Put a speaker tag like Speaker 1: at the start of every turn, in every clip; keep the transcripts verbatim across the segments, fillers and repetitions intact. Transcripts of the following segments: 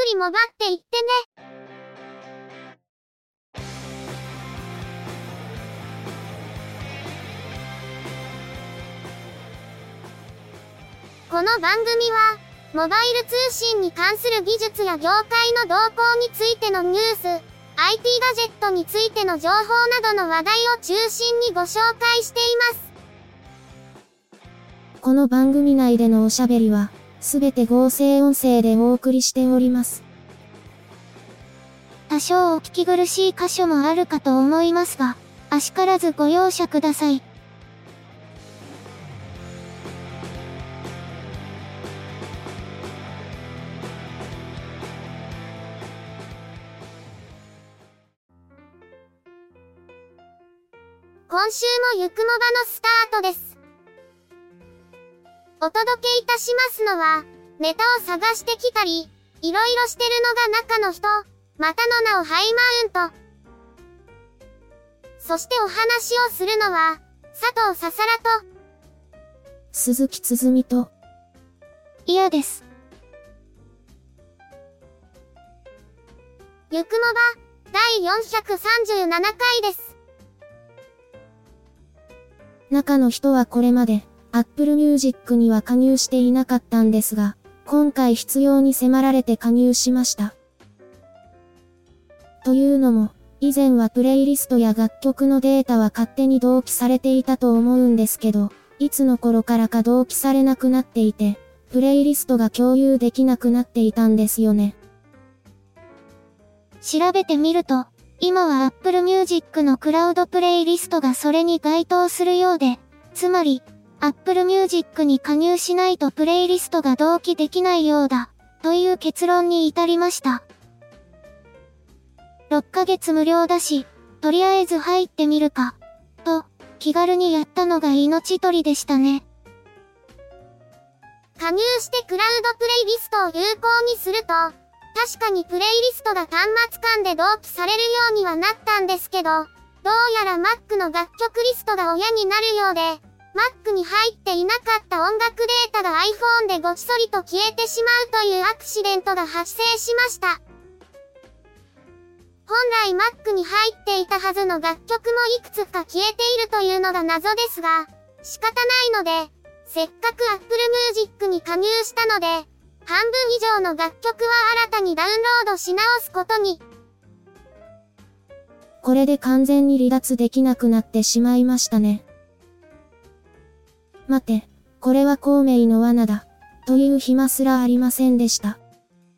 Speaker 1: りもばっていってね。この番組は、モバイル通信に関する技術や業界の動向についてのニュース、アイティー ガジェットについての情報などの話題を中心にご紹介しています。
Speaker 2: この番組内でのおしゃべりは、すべて合成音声でお送りしております。
Speaker 1: 多少お聞き苦しい箇所もあるかと思いますが、あしからずご容赦ください。今週もゆくもばのスタートです。お届けいたしますのは、ネタを探してきたり、いろいろしてるのが中の人、またの名をハイマウント。そしてお話をするのは、佐藤ささらと、
Speaker 2: 鈴木つづみと、
Speaker 1: いやです。ゆくもば、だいよんひゃくさんじゅうななかいです。
Speaker 2: 中の人はこれまで、Apple Music には加入していなかったんですが、今回必要に迫られて加入しました。というのも、以前はプレイリストや楽曲のデータは勝手に同期されていたと思うんですけど、いつの頃からか同期されなくなっていて、プレイリストが共有できなくなっていたんですよね。
Speaker 1: 調べてみると、今は Apple Music のクラウドプレイリストがそれに該当するようで、つまり、Apple Music に加入しないとプレイリストが同期できないようだ、という結論に至りました。ろっかげつ無料だし、とりあえず入ってみるか、と、気軽にやったのが命取りでしたね。加入してクラウドプレイリストを有効にすると、確かにプレイリストが端末間で同期されるようにはなったんですけど、どうやら Mac の楽曲リストが親になるようで、Mac に入っていなかった音楽データが iPhone でごっそりと消えてしまうというアクシデントが発生しました。本来 Mac に入っていたはずの楽曲もいくつか消えているというのが謎ですが、仕方ないので、せっかく Apple Music に加入したので、半分以上の楽曲は新たにダウンロードし直すことに。
Speaker 2: これで完全に離脱できなくなってしまいましたね。待て、これは孔明の罠だ、という暇すらありませんでした。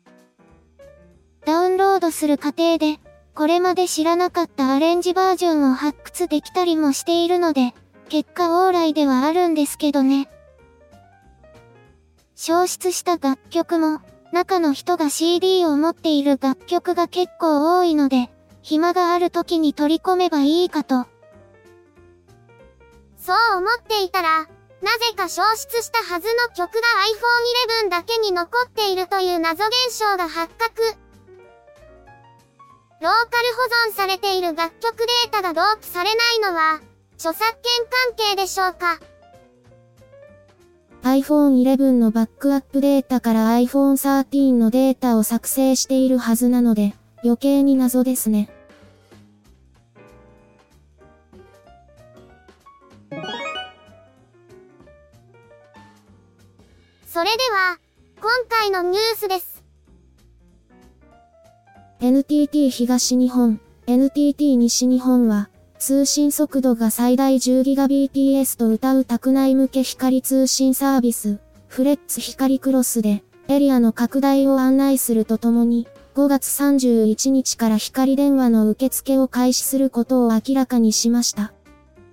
Speaker 1: ダウンロードする過程で、これまで知らなかったアレンジバージョンを発掘できたりもしているので、結果オーライではあるんですけどね。消失した楽曲も、中の人が シーディー を持っている楽曲が結構多いので、暇がある時に取り込めばいいかと。そう思っていたら、なぜか消失したはずの曲が アイフォンイレブン だけに残っているという謎現象が発覚。ローカル保存されている楽曲データが同期されないのは、著作権関係でしょうか。
Speaker 2: アイフォンイレブン のバックアップデータから アイフォンサーティーン のデータを作成しているはずなので、余計に謎ですね。
Speaker 1: それでは、今回のニュースです。
Speaker 2: エヌティーティー 東日本、エヌティーティー 西日本は、通信速度が最大 じゅうギガビーピーエス と謳う宅内向け光通信サービス、フレッツ光クロスで、エリアの拡大を案内するとともに、ごがつさんじゅういちにちから光電話の受付を開始することを明らかにしました。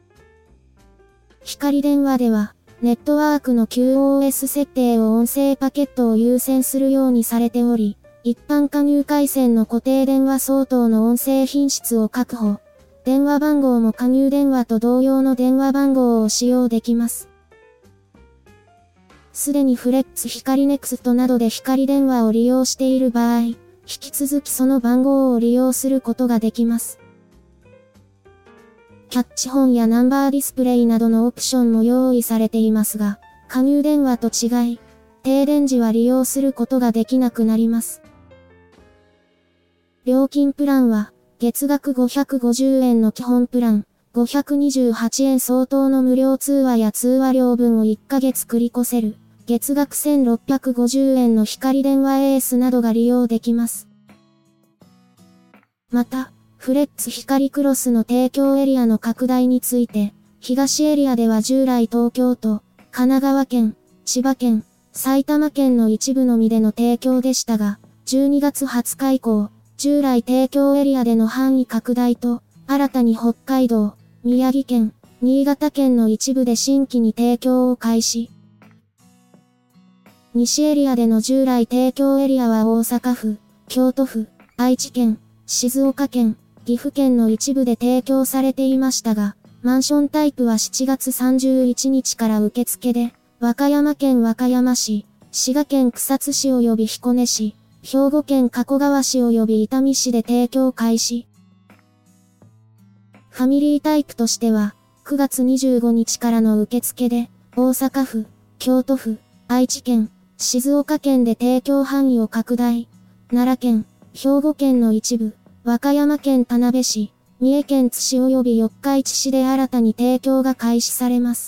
Speaker 2: 光電話では、ネットワークの キューオーエス 設定を音声パケットを優先するようにされており、一般加入回線の固定電話相当の音声品質を確保。電話番号も加入電話と同様の電話番号を使用できます。すでにフレッツ光ネクストなどで光電話を利用している場合、引き続きその番号を利用することができます。キャッチフォンやナンバーディスプレイなどのオプションも用意されていますが、加入電話と違い、停電時は利用することができなくなります。 料金プランは、月額ごひゃくごじゅうえんの基本プラン、ごひゃくにじゅうはちえん相当の無料通話や通話料分をいっかげつ繰り越せる、月額せんろっぴゃくごじゅうえんの光電話エースなどが利用できます。また、フレッツ光クロスの提供エリアの拡大について、東エリアでは従来東京都、神奈川県、千葉県、埼玉県の一部のみでの提供でしたが、じゅうにがつはつか以降、従来提供エリアでの範囲拡大と、新たに北海道、宮城県、新潟県の一部で新規に提供を開始。西エリアでの従来提供エリアは大阪府、京都府、愛知県、静岡県、岐阜県の一部で提供されていましたが、マンションタイプはしちがつさんじゅういちにちから受付で、和歌山県和歌山市、滋賀県草津市及び彦根市、兵庫県加古川市及び伊丹市で提供開始。ファミリータイプとしては、くがつにじゅうごにちからの受付で、大阪府、京都府、愛知県、静岡県で提供範囲を拡大。奈良県、兵庫県の一部、和歌山県田辺市、三重県津市及び四日市市で新たに提供が開始されます。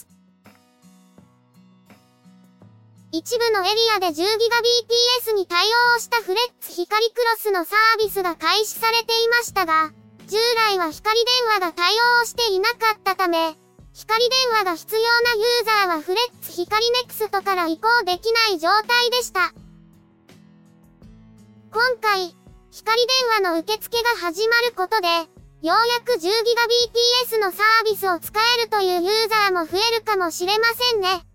Speaker 1: 一部のエリアで じゅうギガビーピーエス に対応したフレッツ光クロスのサービスが開始されていましたが、従来は光電話が対応していなかったため、光電話が必要なユーザーはフレッツ光ネクストから移行できない状態でした。今回、光電話の受付が始まることで、ようやく じゅうギガビーピーエス のサービスを使えるというユーザーも増えるかもしれませんね。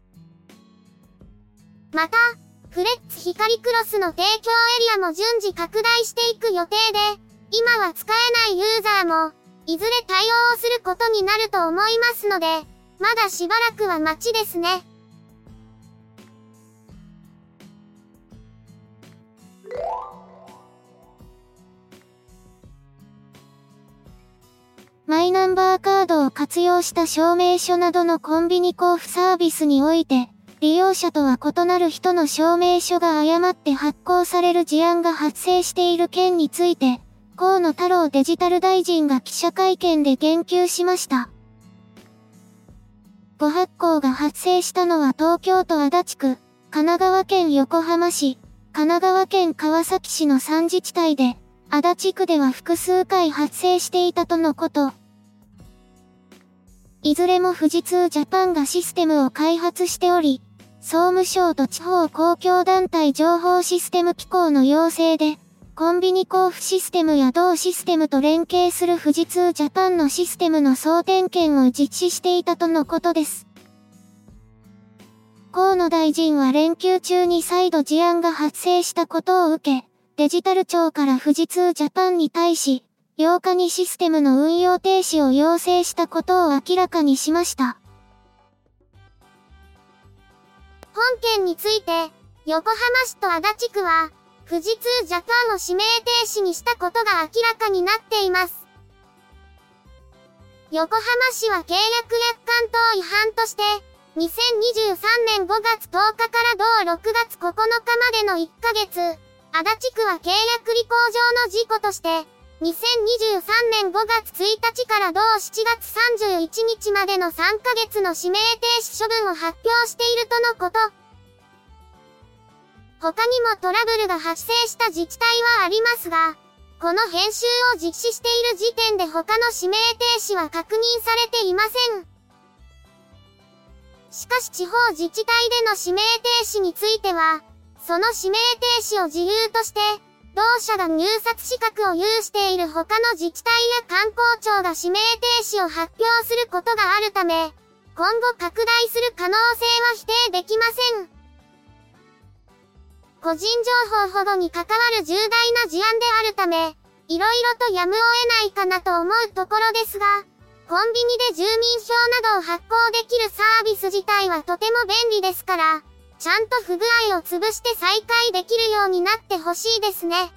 Speaker 1: また、フレッツ光クロスの提供エリアも順次拡大していく予定で、今は使えないユーザーも、いずれ対応することになると思いますので、まだしばらくは待ちですね。マイナンバーカードを活用した証明書などのコンビニ交付サービスにおいて、利用者とは異なる人の証明書が誤って発行される事案が発生している件について、河野太郎デジタル大臣が記者会見で言及しました。誤発行が発生したのは東京都足立区、神奈川県横浜市、神奈川県川崎市のさん自治体で、足立区では複数回発生していたとのこと。いずれも富士通ジャパンがシステムを開発しており、総務省と地方公共団体情報システム機構の要請で、コンビニ交付システムや同システムと連携する富士通ジャパンのシステムの総点検を実施していたとのことです。河野大臣は連休中に再度事案が発生したことを受け、デジタル庁から富士通ジャパンに対し、ようかにシステムの運用停止を要請したことを明らかにしました。本件について、横浜市と足立区は、富士通ジャパンを指名停止にしたことが明らかになっています。横浜市は契約約款等違反として、にせんにじゅうさんねんごがつとおかから同ろくがつここのかまでのいっかげつ、足立区は契約履行上の事故として、にせんにじゅうさんねんごがつついたちから同しちがつさんじゅういちにちまでのさんかげつの指名停止処分を発表しているとのこと。他にもトラブルが発生した自治体はありますが、この編集を実施している時点で他の指名停止は確認されていません。しかし地方自治体での指名停止については、その指名停止を事由として、同社が入札資格を有している他の自治体や観光庁が指名停止を発表することがあるため、今後拡大する可能性は否定できません。個人情報保護に関わる重大な事案であるため、いろいろとやむを得ないかなと思うところですが、コンビニで住民票などを発行できるサービス自体はとても便利ですから、ちゃんと不具合を潰して再開できるようになってほしいですね。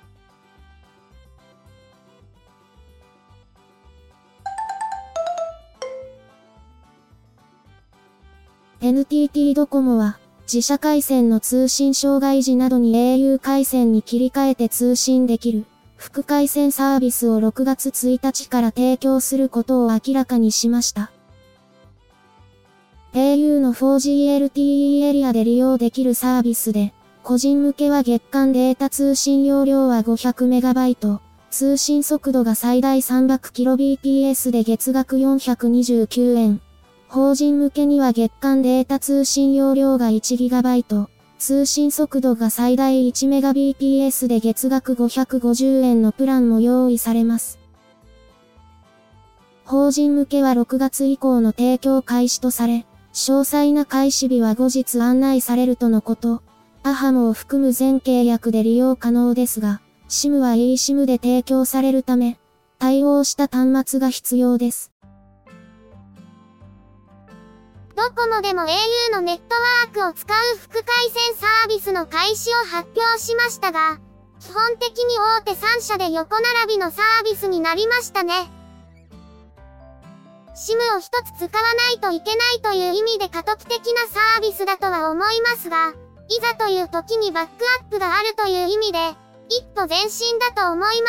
Speaker 2: エヌティーティー ドコモは、自社回線の通信障害時などに エーユー 回線に切り替えて通信できる、 副回線サービスをろくがつついたちから提供することを明らかにしました。au の フォージーエルティーイー エリアで利用できるサービスで、個人向けは月間データ通信容量は ごひゃくメガバイト、通信速度が最大 さんびゃくキロビーピーエス で月額よんひゃくにじゅうきゅうえん。法人向けには月間データ通信容量が いちギガバイト、通信速度が最大 いちメガビーピーエス で月額ごひゃくごじゅうえんのプランも用意されます。法人向けはろくがつ以降の提供開始とされ、詳細な開始日は後日案内されるとのこと。アハモを含む全契約で利用可能ですが、SIM は eSIM で提供されるため、対応した端末が必要です。
Speaker 1: ドコモでも au のネットワークを使う副回線サービスの開始を発表しましたが、基本的に大手さん社で横並びのサービスになりましたね。SIM を一つ使わないといけないという意味で過渡期的なサービスだとは思いますが、いざという時にバックアップがあるという意味で、一歩前進だと思います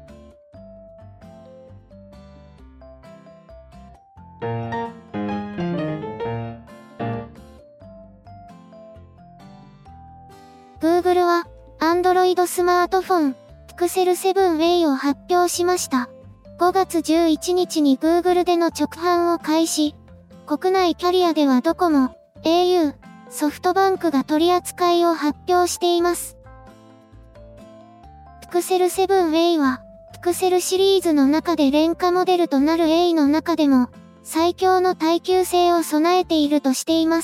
Speaker 1: 。Google は Android スマートフォン Pixel セブン エー を発表しました。ごがつじゅういちにちに Google での直販を開始。国内キャリアではドコモ、au、ソフトバンクが取り扱いを発表しています。Pixel セブン エー は Pixel シリーズの中で廉価モデルとなる A の中でも最強の耐久性を備えているとしています。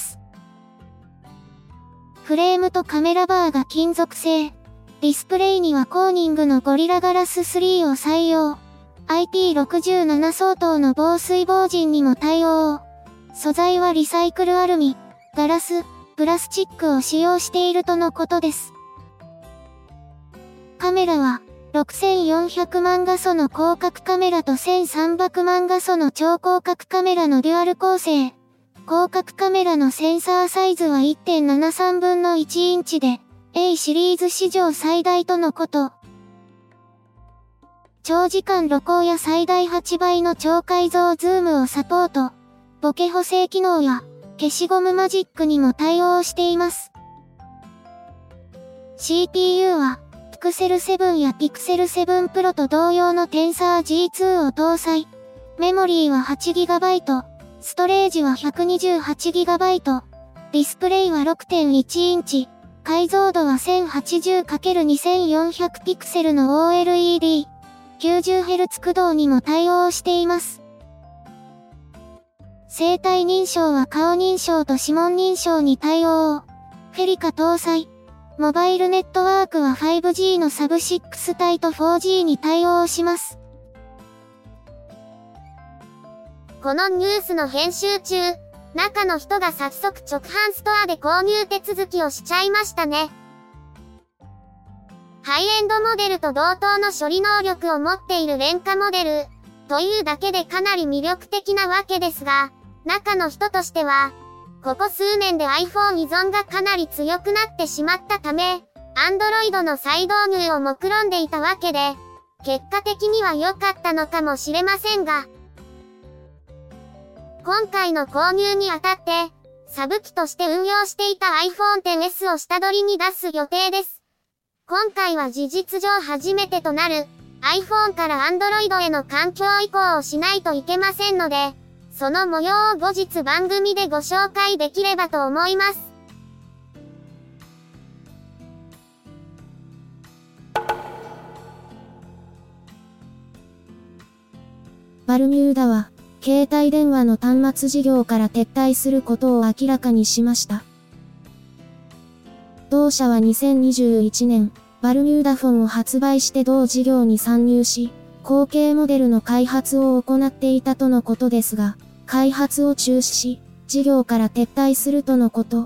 Speaker 1: フレームとカメラバーが金属製。ディスプレイにはコーニングのゴリラガラススリーを採用。アイピーろくじゅうなな 相当の防水防塵にも対応。素材はリサイクルアルミ、ガラス、プラスチックを使用しているとのことです。カメラはろくせんよんひゃくまんがその広角カメラとせんさんびゃくまんがその超広角カメラのデュアル構成。広角カメラのセンサーサイズは いってんななさんぶんのいちインチで A シリーズ史上最大とのこと。長時間露光や最大はちばいの超解像ズームをサポート。ボケ補正機能や消しゴムマジックにも対応しています。シーピーユー は Pixel セブンや Pixel セブン Pro と同様の Tensor ジーツー を搭載。メモリーは はちギガバイト、ストレージは ひゃくにじゅうはちギガバイト、ディスプレイは ろくてんいちインチ、解像度は せんはちじゅうかけるにせんよんひゃく ピクセルの オーエルイーディー、きゅうじゅうヘルツ 駆動にも対応しています。生体認証は顔認証と指紋認証に対応。フェリカ搭載。モバイルネットワークは ファイブジー のサブシックス帯と フォージー に対応します。このニュースの編集中、中の人が早速直販ストアで購入手続きをしちゃいましたね。ハイエンドモデルと同等の処理能力を持っている廉価モデル、というだけでかなり魅力的なわけですが、中の人としては、ここ数年で iPhone 依存がかなり強くなってしまったため、Android の再導入を目論んでいたわけで、結果的には良かったのかもしれませんが、今回の購入にあたって、サブ機として運用していた iPhone テンエス を下取りに出す予定です。今回は事実上初めてとなる iPhone から Android への環境移行をしないといけませんので、その模様を後日番組でご紹介できればと思います。
Speaker 2: バルミューダは、携帯電話の端末事業から撤退することを明らかにしました。同社はにせんにじゅういちねん、バルミューダフォンを発売して同事業に参入し、後継モデルの開発を行っていたとのことですが、開発を中止し、事業から撤退するとのこと。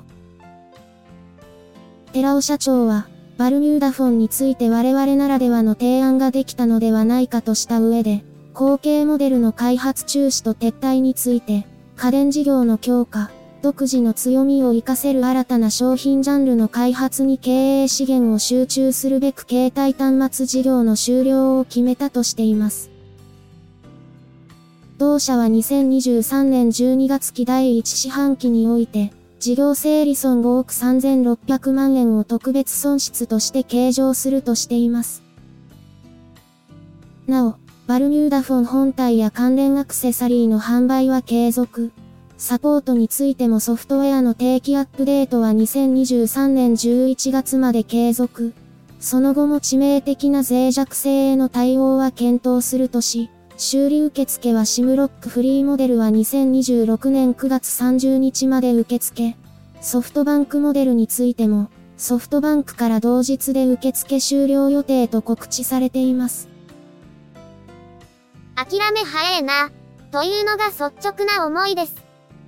Speaker 2: 寺尾社長は、バルミューダフォンについて我々ならではの提案ができたのではないかとした上で、後継モデルの開発中止と撤退について、家電事業の強化、 独自の強みを活かせる新たな商品ジャンルの開発に経営資源を集中するべく携帯端末事業の終了を決めたとしています。同社はにせんにじゅうさんねんじゅうにがつ期だいいち四半期において、事業整理損ごおくさんぜんろっぴゃくまんえんを特別損失として計上するとしています。なお、バルミューダフォン本体や関連アクセサリーの販売は継続。サポートについてもソフトウェアの定期アップデートはにせんにじゅうさんねんじゅういちがつまで継続。その後も致命的な脆弱性への対応は検討するとし、修理受付はシムロックフリーモデルはにせんにじゅうろくねんくがつさんじゅうにちまで受付。ソフトバンクモデルについても、ソフトバンクから同日で受付終了予定と告知されています。
Speaker 1: 諦め早えな、というのが率直な思いです。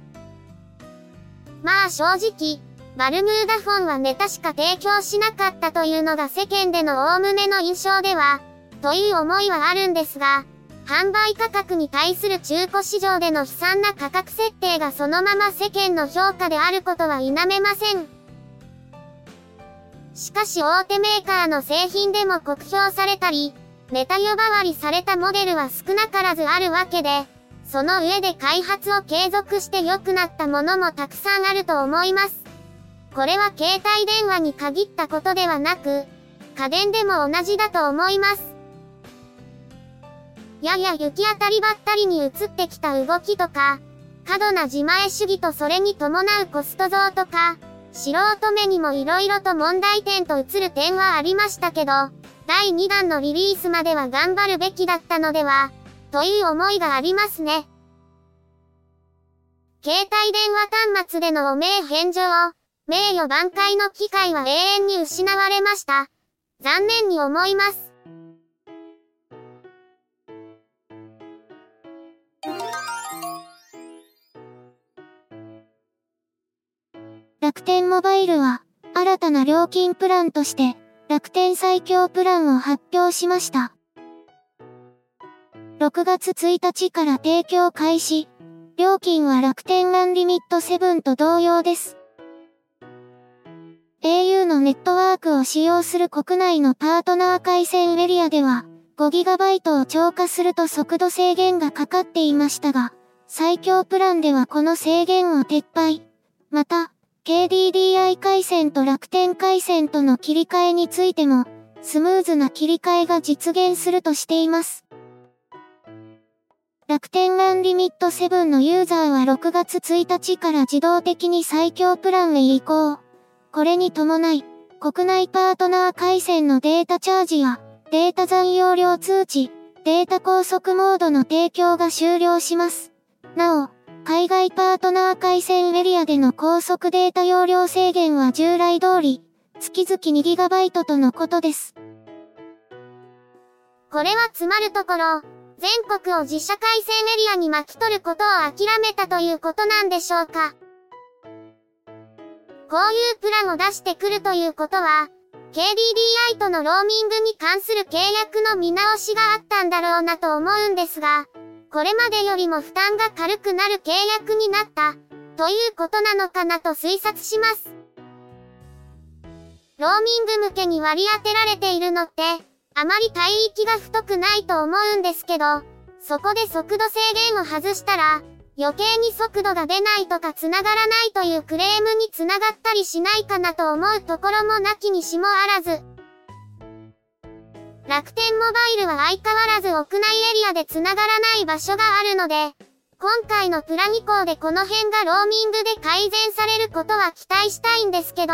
Speaker 1: まあ正直、バルミューダフォンはネタしか提供しなかったというのが世間でのおおむねの印象では、という思いはあるんですが、販売価格に対する中古市場での悲惨な価格設定がそのまま世間の評価であることは否めません。しかし大手メーカーの製品でも酷評されたり、ネタ呼ばわりされたモデルは少なからずあるわけで、その上で開発を継続して良くなったものもたくさんあると思います。これは携帯電話に限ったことではなく、家電でも同じだと思います。やや行き当たりばったりに移ってきた動きとか、過度な自前主義とそれに伴うコスト増とか、素人目にも色々と問題点と映る点はありましたけど、だいにだんのリリースまでは頑張るべきだったのでは、という思いがありますね。携帯電話端末での汚名返上、名誉挽回の機会は永遠に失われました。残念に思います。
Speaker 3: 楽天モバイルは、新たな料金プランとして、楽天最強プランを発表しました。ろくがつついたちから提供開始。料金は楽天アンリミットセブンと同様です。au のネットワークを使用する国内のパートナー回線エリアでは、ごギガバイト を超過すると速度制限がかかっていましたが、最強プランではこの制限を撤廃。また、ケーディーディーアイ 回線と楽天回線との切り替えについても、スムーズな切り替えが実現するとしています。楽天アンリミットセブンのユーザーはろくがつついたちから自動的に最強プランへ移行。これに伴い、国内パートナー回線のデータチャージや、データ残容量通知、データ高速モードの提供が終了します。なお、海外パートナー回線エリアでの高速データ容量制限は従来通り、月々 にギガバイト とのことです。
Speaker 1: これはつまるところ、全国を自社回線エリアに巻き取ることを諦めたということなんでしょうか。こういうプランを出してくるということは、ケーディーディーアイ とのローミングに関する契約の見直しがあったんだろうなと思うんですが、これまでよりも負担が軽くなる契約になった、ということなのかなと推察します。ローミング向けに割り当てられているのって、あまり帯域が太くないと思うんですけど、そこで速度制限を外したら、余計に速度が出ないとか繋がらないというクレームに繋がったりしないかなと思うところもなきにしもあらず。楽天モバイルは相変わらず屋内エリアで繋がらない場所があるので、今回のプラン移行でこの辺がローミングで改善されることは期待したいんですけど。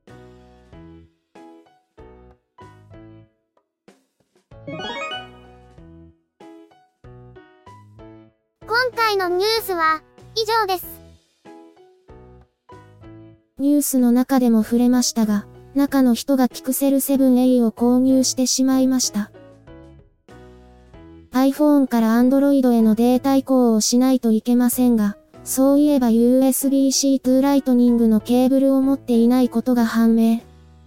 Speaker 1: 今回のニュースは以上です。
Speaker 2: ニュースの中でも触れましたが、中の人が ピクセルセブンエー を購入してしまいました。iPhone から Android へのデータ移行をしないといけませんが、そういえば ユーエスビーシーツー ライトニングのケーブルを持っていないことが判明。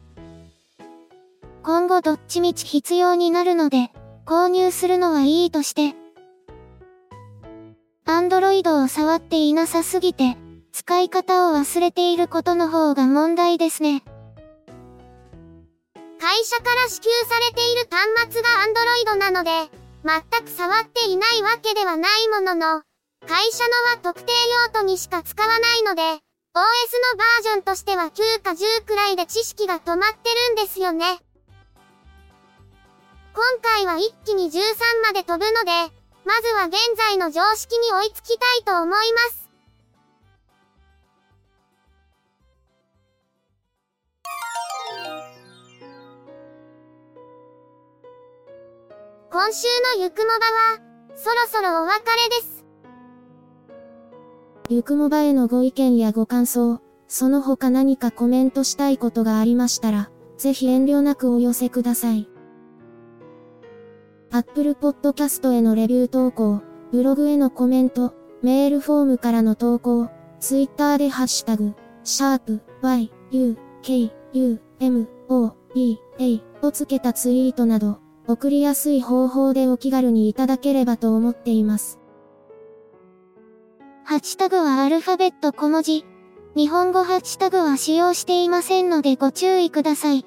Speaker 3: 今後どっちみち必要になるので、購入するのはいいとして、Android を触っていなさすぎて、 使い方を忘れていることの方が問題ですね。
Speaker 1: 会社から支給されている端末が Android なので、全く触っていないわけではないものの、会社のは特定用途にしか使わないので、オーエス のバージョンとしてはきゅうかじゅうくらいで知識が止まってるんですよね。今回は一気にじゅうさんまで飛ぶので、まずは現在の常識に追いつきたいと思います。今週のゆくもばは、そろそろお別れです。
Speaker 2: ゆくもばへのご意見やご感想、その他何かコメントしたいことがありましたら、ぜひ遠慮なくお寄せください。Apple Podcast へのレビュー投稿、ブログへのコメント、メールフォームからの投稿、Twitter でハッシュタグ、シャープ y, u, k, u, m, o, b, a をつけたツイートなど、送りやすい方法でお気軽にいただければと思っています。
Speaker 3: ハッシュタグはアルファベット小文字。日本語ハッシュタグは使用していませんのでご注意ください。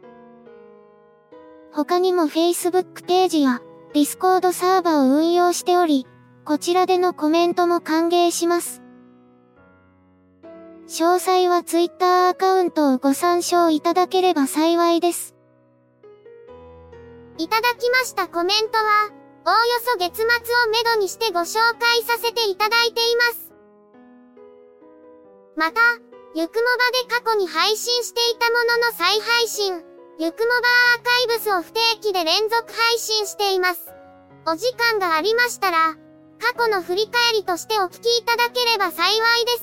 Speaker 3: 他にも Facebook ページや Discord サーバを運用しており、こちらでのコメントも歓迎します。詳細は Twitter アカウントをご参照いただければ幸いです。
Speaker 1: いただきましたコメントは、おおよそ月末をめどにしてご紹介させていただいています。また、ゆくもばで過去に配信していたものの再配信、ゆくもばアーカイブスを不定期で連続配信しています。お時間がありましたら、過去の振り返りとしてお聞きいただければ幸いです。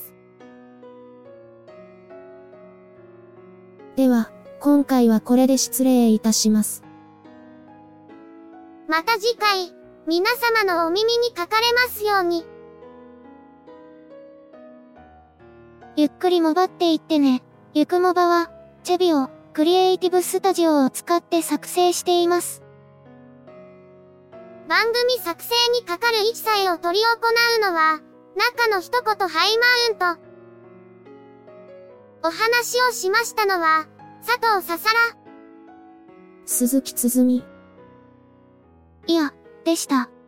Speaker 2: では、今回はこれで失礼いたします。
Speaker 1: また次回、皆様のお耳にかかれますように。
Speaker 3: ゆっくりもばっていってね。ゆくもばは、チェビオ、クリエイティブスタジオを使って作成しています。
Speaker 1: 番組作成にかかる一切を執り行うのは、中の一言ハイマウント。お話をしましたのは、佐藤ささら、
Speaker 2: 鈴木つづみ、
Speaker 3: いや、でした。